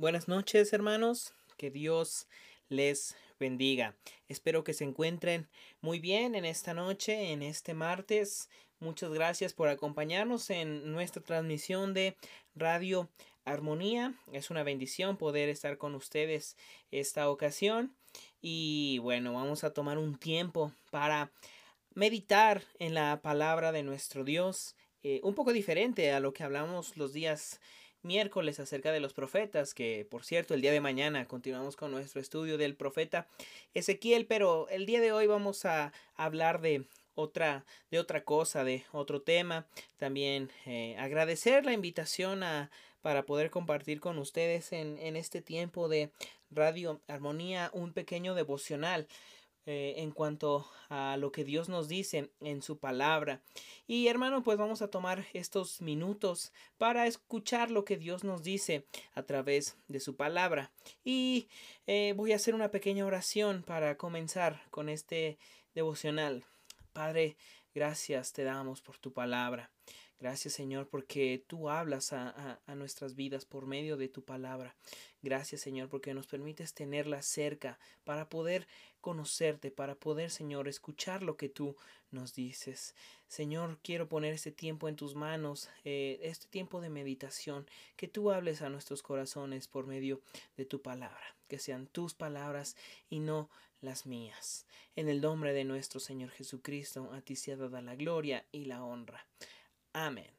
Buenas noches, hermanos. Que Dios les bendiga. Espero que se encuentren muy bien en esta noche, en este martes. Muchas gracias por acompañarnos en nuestra transmisión de Radio Armonía. Es una bendición poder estar con ustedes esta ocasión. Y bueno, vamos a tomar un tiempo para meditar en la palabra de nuestro Dios, un poco diferente a lo que hablamos los días miércoles acerca de los profetas, que por cierto el día de mañana continuamos con nuestro estudio del profeta Ezequiel, pero el día de hoy vamos a hablar de otra cosa, de otro tema. También agradecer la invitación para poder compartir con ustedes en este tiempo de Radio Armonía un pequeño devocional en cuanto a lo que Dios nos dice en su palabra. Y hermano, pues vamos a tomar estos minutos para escuchar lo que Dios nos dice a través de su palabra. Y voy a hacer una pequeña oración para comenzar con este devocional. Padre, gracias te damos por tu palabra. Gracias, Señor, porque tú hablas a nuestras vidas por medio de tu palabra. Gracias, Señor, porque nos permites tenerla cerca para poder conocerte, para poder, Señor, escuchar lo que tú nos dices. Señor, quiero poner este tiempo en tus manos, este tiempo de meditación, que tú hables a nuestros corazones por medio de tu palabra, que sean tus palabras y no las mías. En el nombre de nuestro Señor Jesucristo, a ti sea dada la gloria y la honra. Amén.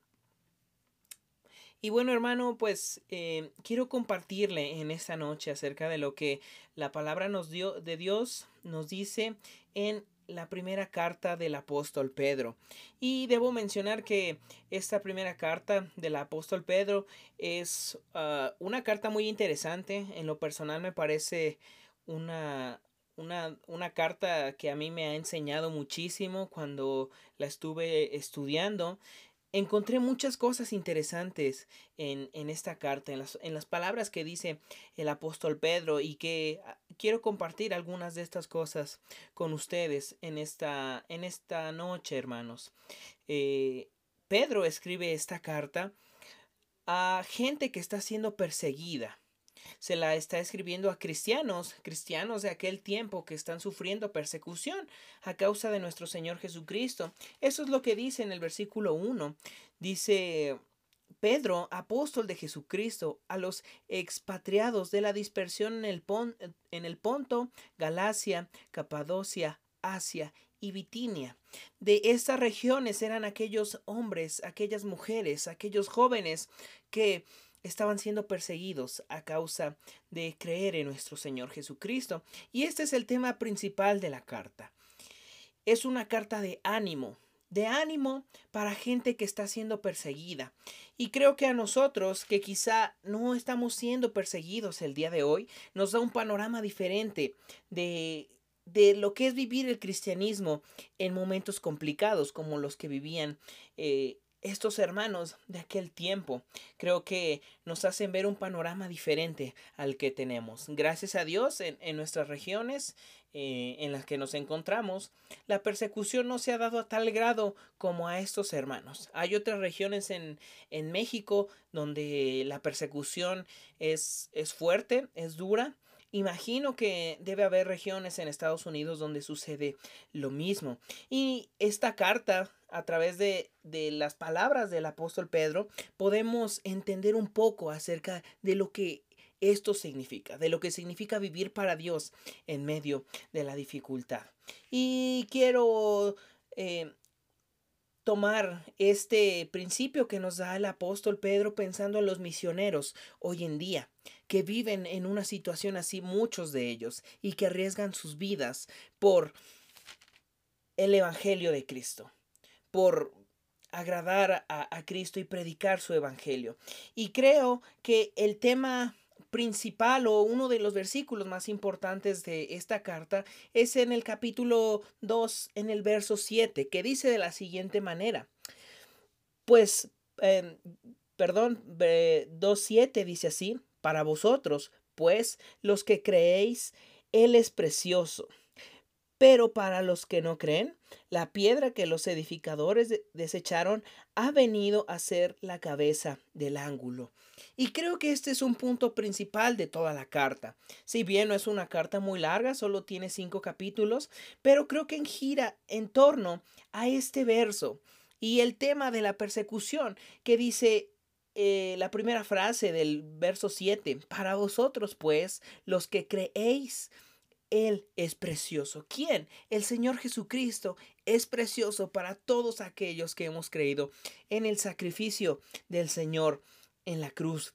Y bueno, hermano, pues quiero compartirle en esta noche acerca de lo que la palabra de Dios nos dice en la primera carta del apóstol Pedro. Y debo mencionar que esta primera carta del apóstol Pedro es una carta muy interesante. En lo personal me parece una, una carta que a mí me ha enseñado muchísimo cuando la estuve estudiando. Encontré muchas cosas interesantes en esta carta, en las palabras que dice el apóstol Pedro, y que quiero compartir algunas de estas cosas con ustedes en esta noche, hermanos. Eh, Pedro escribe esta carta a gente que está siendo perseguida. Se la está escribiendo a cristianos, cristianos de aquel tiempo que están sufriendo persecución a causa de nuestro Señor Jesucristo. Eso es lo que dice en el versículo 1. Dice Pedro, apóstol de Jesucristo, a los expatriados de la dispersión en el Ponto, Galacia, Capadocia, Asia y Bitinia. De estas regiones eran aquellos hombres, aquellas mujeres, aquellos jóvenes que estaban siendo perseguidos a causa de creer en nuestro Señor Jesucristo. Y este es el tema principal de la carta. Es una carta de ánimo para gente que está siendo perseguida. Y creo que a nosotros, que quizá no estamos siendo perseguidos el día de hoy, nos da un panorama diferente de lo que es vivir el cristianismo en momentos complicados como los que vivían estos hermanos de aquel tiempo. Creo que nos hacen ver un panorama diferente al que tenemos. Gracias a Dios en nuestras regiones en las que nos encontramos, la persecución no se ha dado a tal grado como a estos hermanos. Hay otras regiones en México donde la persecución es fuerte, es dura. Imagino que debe haber regiones en Estados Unidos donde sucede lo mismo. Y esta carta, a través de las palabras del apóstol Pedro, podemos entender un poco acerca de lo que esto significa, de lo que significa vivir para Dios en medio de la dificultad. Y quiero tomar este principio que nos da el apóstol Pedro pensando en los misioneros hoy en día, que viven en una situación así, muchos de ellos, y que arriesgan sus vidas por el Evangelio de Cristo, por agradar a Cristo y predicar su Evangelio. Y creo que el tema principal o uno de los versículos más importantes de esta carta es en el capítulo 2, en el verso 7, que dice de la siguiente manera. Pues, eh, perdón, 2:7 dice así: para vosotros, pues, los que creéis, Él es precioso. Pero para los que no creen, la piedra que los edificadores desecharon ha venido a ser la cabeza del ángulo. Y creo que este es un punto principal de toda la carta. Si bien no es una carta muy larga, solo tiene 5 capítulos, pero creo que gira en torno a este verso y el tema de la persecución que dice la primera frase del verso 7. Para vosotros, pues, los que creéis, Él es precioso. ¿Quién? El Señor Jesucristo es precioso para todos aquellos que hemos creído en el sacrificio del Señor en la cruz.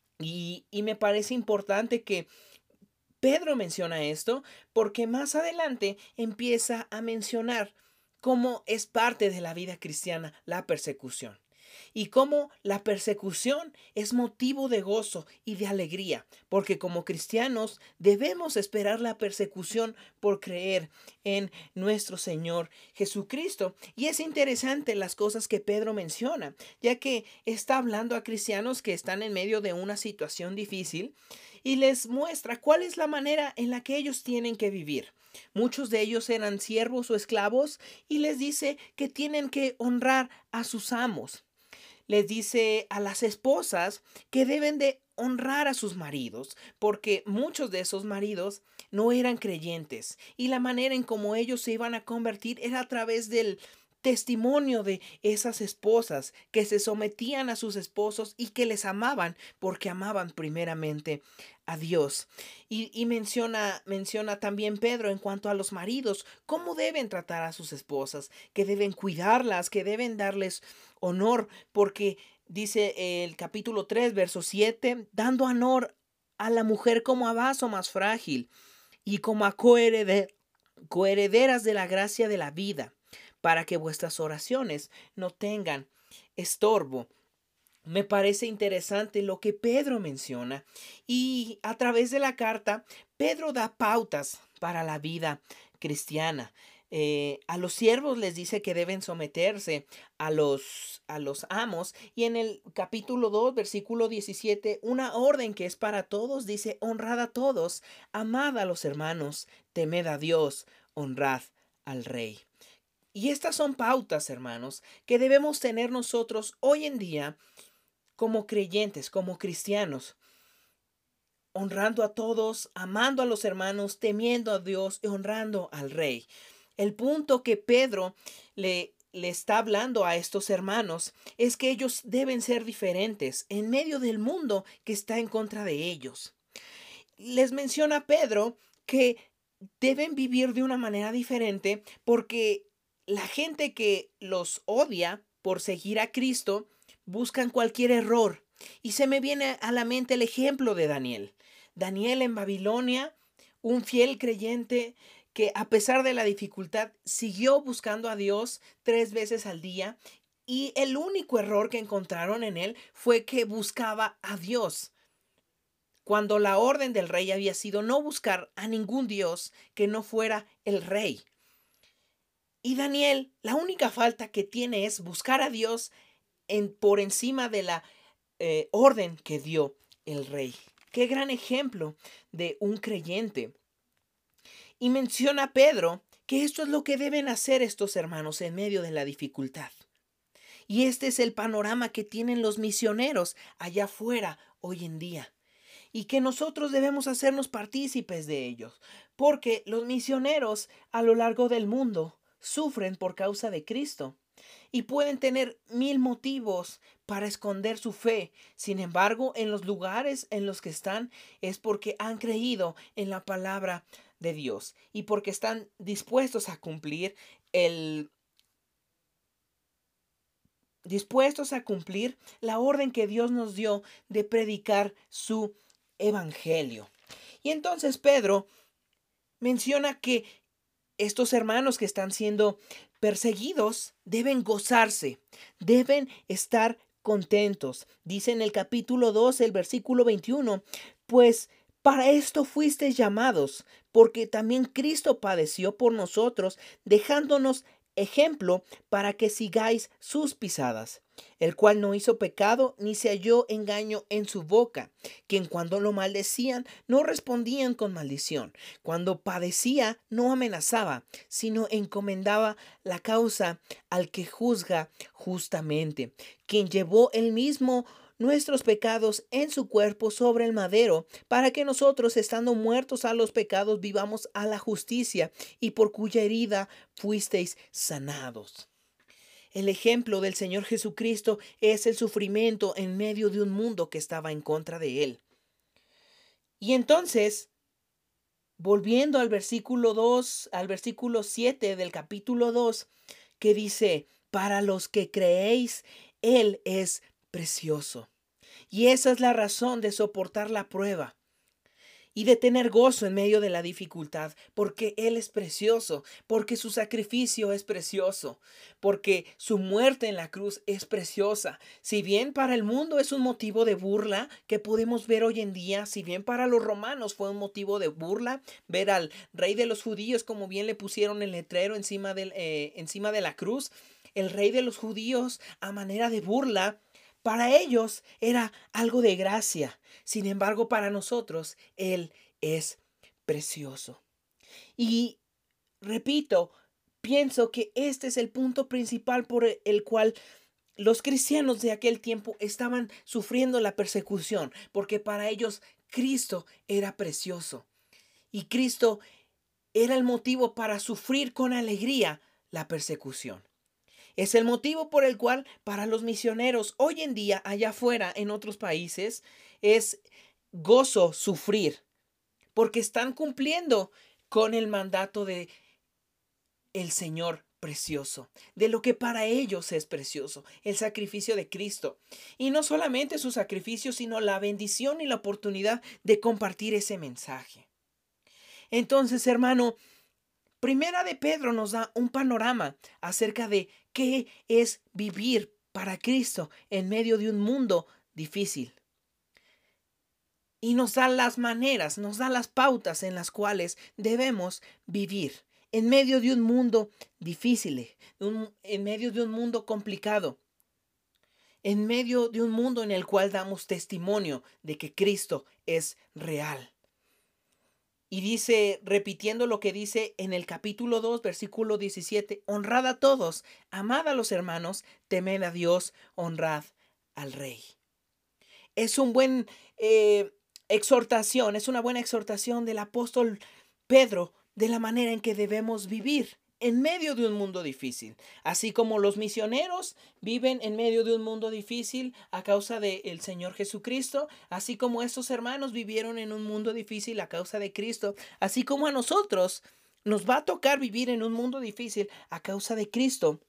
Y me parece importante que Pedro menciona esto porque más adelante empieza a mencionar cómo es parte de la vida cristiana la persecución y cómo la persecución es motivo de gozo y de alegría, porque como cristianos debemos esperar la persecución por creer en nuestro Señor Jesucristo. Y es interesante las cosas que Pedro menciona, ya que está hablando a cristianos que están en medio de una situación difícil y les muestra cuál es la manera en la que ellos tienen que vivir. Muchos de ellos eran siervos o esclavos y les dice que tienen que honrar a sus amos. Les dice a las esposas que deben de honrar a sus maridos, porque muchos de esos maridos no eran creyentes y la manera en cómo ellos se iban a convertir era a través del testimonio de esas esposas que se sometían a sus esposos y que les amaban porque amaban primeramente a Dios. Y menciona también Pedro en cuanto a los maridos, cómo deben tratar a sus esposas, que deben cuidarlas, que deben darles honor, porque dice el capítulo 3, verso 7, dando honor a la mujer como a vaso más frágil y como a coherederas de la gracia de la vida, para que vuestras oraciones no tengan estorbo. Me parece interesante lo que Pedro menciona y a través de la carta Pedro da pautas para la vida cristiana. A los siervos les dice que deben someterse a los amos y en el capítulo 2 versículo 17 una orden que es para todos dice: honrad a todos, amad a los hermanos, temed a Dios, honrad al rey. Y estas son pautas, hermanos, que debemos tener nosotros hoy en día como creyentes, como cristianos, honrando a todos, amando a los hermanos, temiendo a Dios y honrando al rey. El punto que Pedro le está hablando a estos hermanos es que ellos deben ser diferentes en medio del mundo que está en contra de ellos. Les menciona Pedro que deben vivir de una manera diferente porque la gente que los odia por seguir a Cristo buscan cualquier error. Y se me viene a la mente el ejemplo de Daniel. Daniel en Babilonia, un fiel creyente que a pesar de la dificultad siguió buscando a Dios 3 veces al día. Y el único error que encontraron en él fue que buscaba a Dios, cuando la orden del rey había sido no buscar a ningún dios que no fuera el rey. Y Daniel, la única falta que tiene es buscar a Dios por encima de la orden que dio el rey. Qué gran ejemplo de un creyente. Y menciona Pedro que esto es lo que deben hacer estos hermanos en medio de la dificultad. Y este es el panorama que tienen los misioneros allá afuera hoy en día. Y que nosotros debemos hacernos partícipes de ellos, porque los misioneros a lo largo del mundo sufren por causa de Cristo y pueden tener 1000 motivos para esconder su fe. Sin embargo, en los lugares en los que están es porque han creído en la palabra de Dios y porque están dispuestos a cumplir la orden que Dios nos dio de predicar su evangelio. Y entonces Pedro menciona que estos hermanos que están siendo perseguidos deben gozarse, deben estar contentos. Dice en el capítulo 2, el versículo 21, pues para esto fuisteis llamados, porque también Cristo padeció por nosotros, dejándonos ejemplo para que sigáis sus pisadas, el cual no hizo pecado ni se halló engaño en su boca, quien cuando lo maldecían no respondían con maldición, cuando padecía no amenazaba, sino encomendaba la causa al que juzga justamente, quien llevó él mismo nuestros pecados en su cuerpo sobre el madero, para que nosotros, estando muertos a los pecados, vivamos a la justicia, y por cuya herida fuisteis sanados. El ejemplo del Señor Jesucristo es el sufrimiento en medio de un mundo que estaba en contra de él. Y entonces, volviendo al versículo 2, al versículo 7 del capítulo 2, que dice, para los que creéis, Él es precioso. Y esa es la razón de soportar la prueba y de tener gozo en medio de la dificultad, porque Él es precioso, porque su sacrificio es precioso, porque su muerte en la cruz es preciosa. Si bien para el mundo es un motivo de burla que podemos ver hoy en día, si bien para los romanos fue un motivo de burla ver al rey de los judíos, como bien le pusieron el letrero encima de la cruz, el rey de los judíos a manera de burla, para ellos era algo de gracia. Sin embargo, para nosotros, Él es precioso. Y repito, pienso que este es el punto principal por el cual los cristianos de aquel tiempo estaban sufriendo la persecución, porque para ellos Cristo era precioso. Y Cristo era el motivo para sufrir con alegría la persecución. Es el motivo por el cual para los misioneros hoy en día allá afuera en otros países es gozo sufrir, porque están cumpliendo con el mandato de el Señor precioso, de lo que para ellos es precioso, el sacrificio de Cristo. Y no solamente su sacrificio, sino la bendición y la oportunidad de compartir ese mensaje. Entonces, hermano, Primera de Pedro nos da un panorama acerca de qué es vivir para Cristo en medio de un mundo difícil. Y nos da las maneras, nos da las pautas en las cuales debemos vivir en medio de un mundo difícil, en medio de un mundo complicado, en medio de un mundo en el cual damos testimonio de que Cristo es real. Y dice, repitiendo lo que dice en el capítulo 2, versículo 17, honrad a todos, amad a los hermanos, temed a Dios, honrad al Rey. Es un buen exhortación, es una buena exhortación del apóstol Pedro de la manera en que debemos vivir en medio de un mundo difícil. Así como los misioneros viven en medio de un mundo difícil a causa del Señor Jesucristo, así como estos hermanos vivieron en un mundo difícil a causa de Cristo, así como a nosotros nos va a tocar vivir en un mundo difícil a causa de Cristo,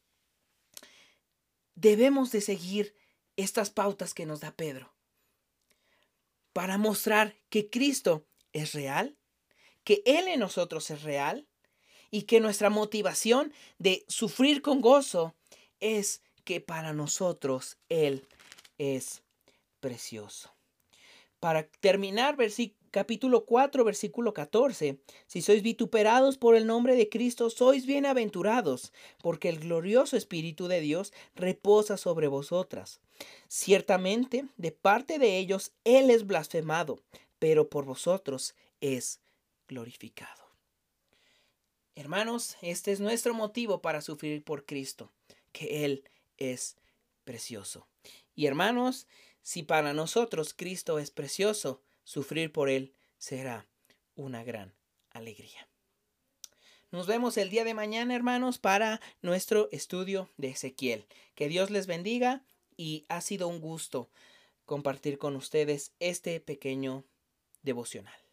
debemos de seguir estas pautas que nos da Pedro para mostrar que Cristo es real, que Él en nosotros es real, y que nuestra motivación de sufrir con gozo es que para nosotros Él es precioso. Para terminar, capítulo 4, versículo 14. Si sois vituperados por el nombre de Cristo, sois bienaventurados, porque el glorioso Espíritu de Dios reposa sobre vosotras. Ciertamente, de parte de ellos, Él es blasfemado, pero por vosotros es glorificado. Hermanos, este es nuestro motivo para sufrir por Cristo, que Él es precioso. Y hermanos, si para nosotros Cristo es precioso, sufrir por Él será una gran alegría. Nos vemos el día de mañana, hermanos, para nuestro estudio de Ezequiel. Que Dios les bendiga y ha sido un gusto compartir con ustedes este pequeño devocional.